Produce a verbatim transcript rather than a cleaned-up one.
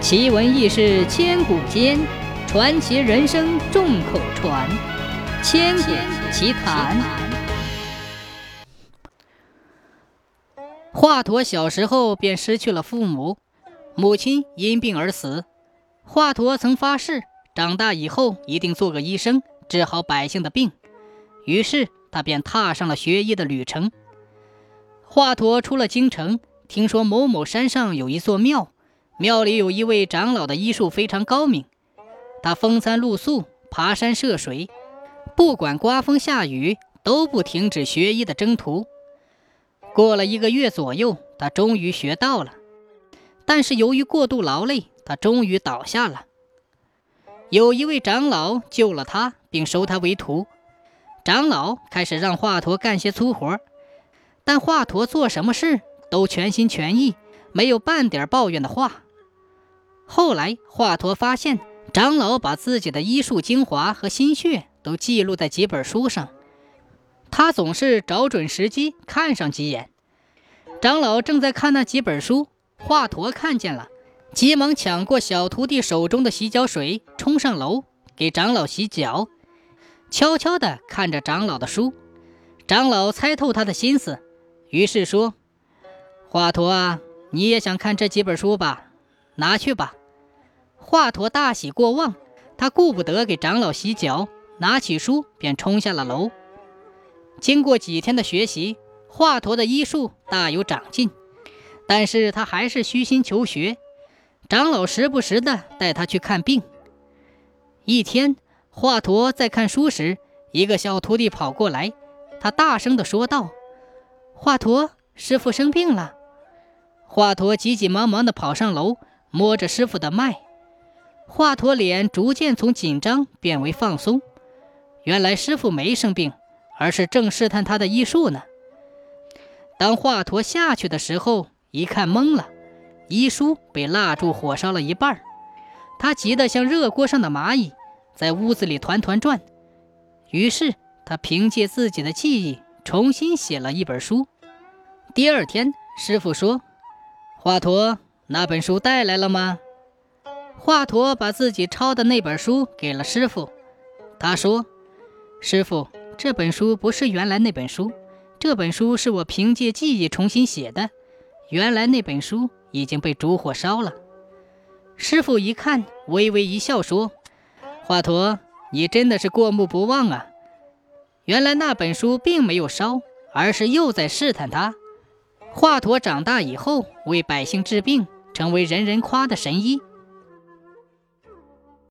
奇闻异事千古间，传奇人生众口传。千古奇谈。华佗小时候便失去了父母，母亲因病而死。华佗曾发誓，长大以后一定做个医生，治好百姓的病。于是他便踏上了学医的旅程。华佗出了京城，听说某某山上有一座庙，庙里有一位长老的医术非常高明。他风餐露宿，爬山涉水，不管刮风下雨，都不停止学医的征途。过了一个月左右，他终于学到了，但是由于过度劳累，他终于倒下了。有一位长老救了他，并收他为徒。长老开始让华佗干些粗活，但华佗做什么事都全心全意，没有半点抱怨的话。后来华佗发现，长老把自己的医术精华和心血都记录在几本书上，他总是找准时机看上几眼。长老正在看那几本书，华佗看见了，急忙抢过小徒弟手中的洗脚水，冲上楼给长老洗脚，悄悄地看着长老的书。长老猜透他的心思，于是说：华佗啊，你也想看这几本书吧？拿去吧。华佗大喜过望，他顾不得给长老洗脚，拿起书便冲下了楼。经过几天的学习，华佗的医术大有长进，但是他还是虚心求学。长老时不时地带他去看病。一天，华佗在看书时，一个小徒弟跑过来，他大声地说道：华佗，师父生病了。华佗急急忙忙地跑上楼，摸着师父的脉。华佗脸逐渐从紧张变为放松，原来师父没生病，而是正试探他的医术呢。当华佗下去的时候，一看懵了，医书被蜡烛火烧了一半，他急得像热锅上的蚂蚁，在屋子里团团转。于是他凭借自己的记忆重新写了一本书。第二天，师父说：华佗，那本书带来了吗？华佗把自己抄的那本书给了师父。他说：师父，这本书不是原来那本书，这本书是我凭借记忆重新写的，原来那本书已经被烛火烧了。师父一看，微微一笑说：华佗，你真的是过目不忘啊！原来那本书并没有烧，而是又在试探他。华佗长大以后为百姓治病，成为人人夸的神医。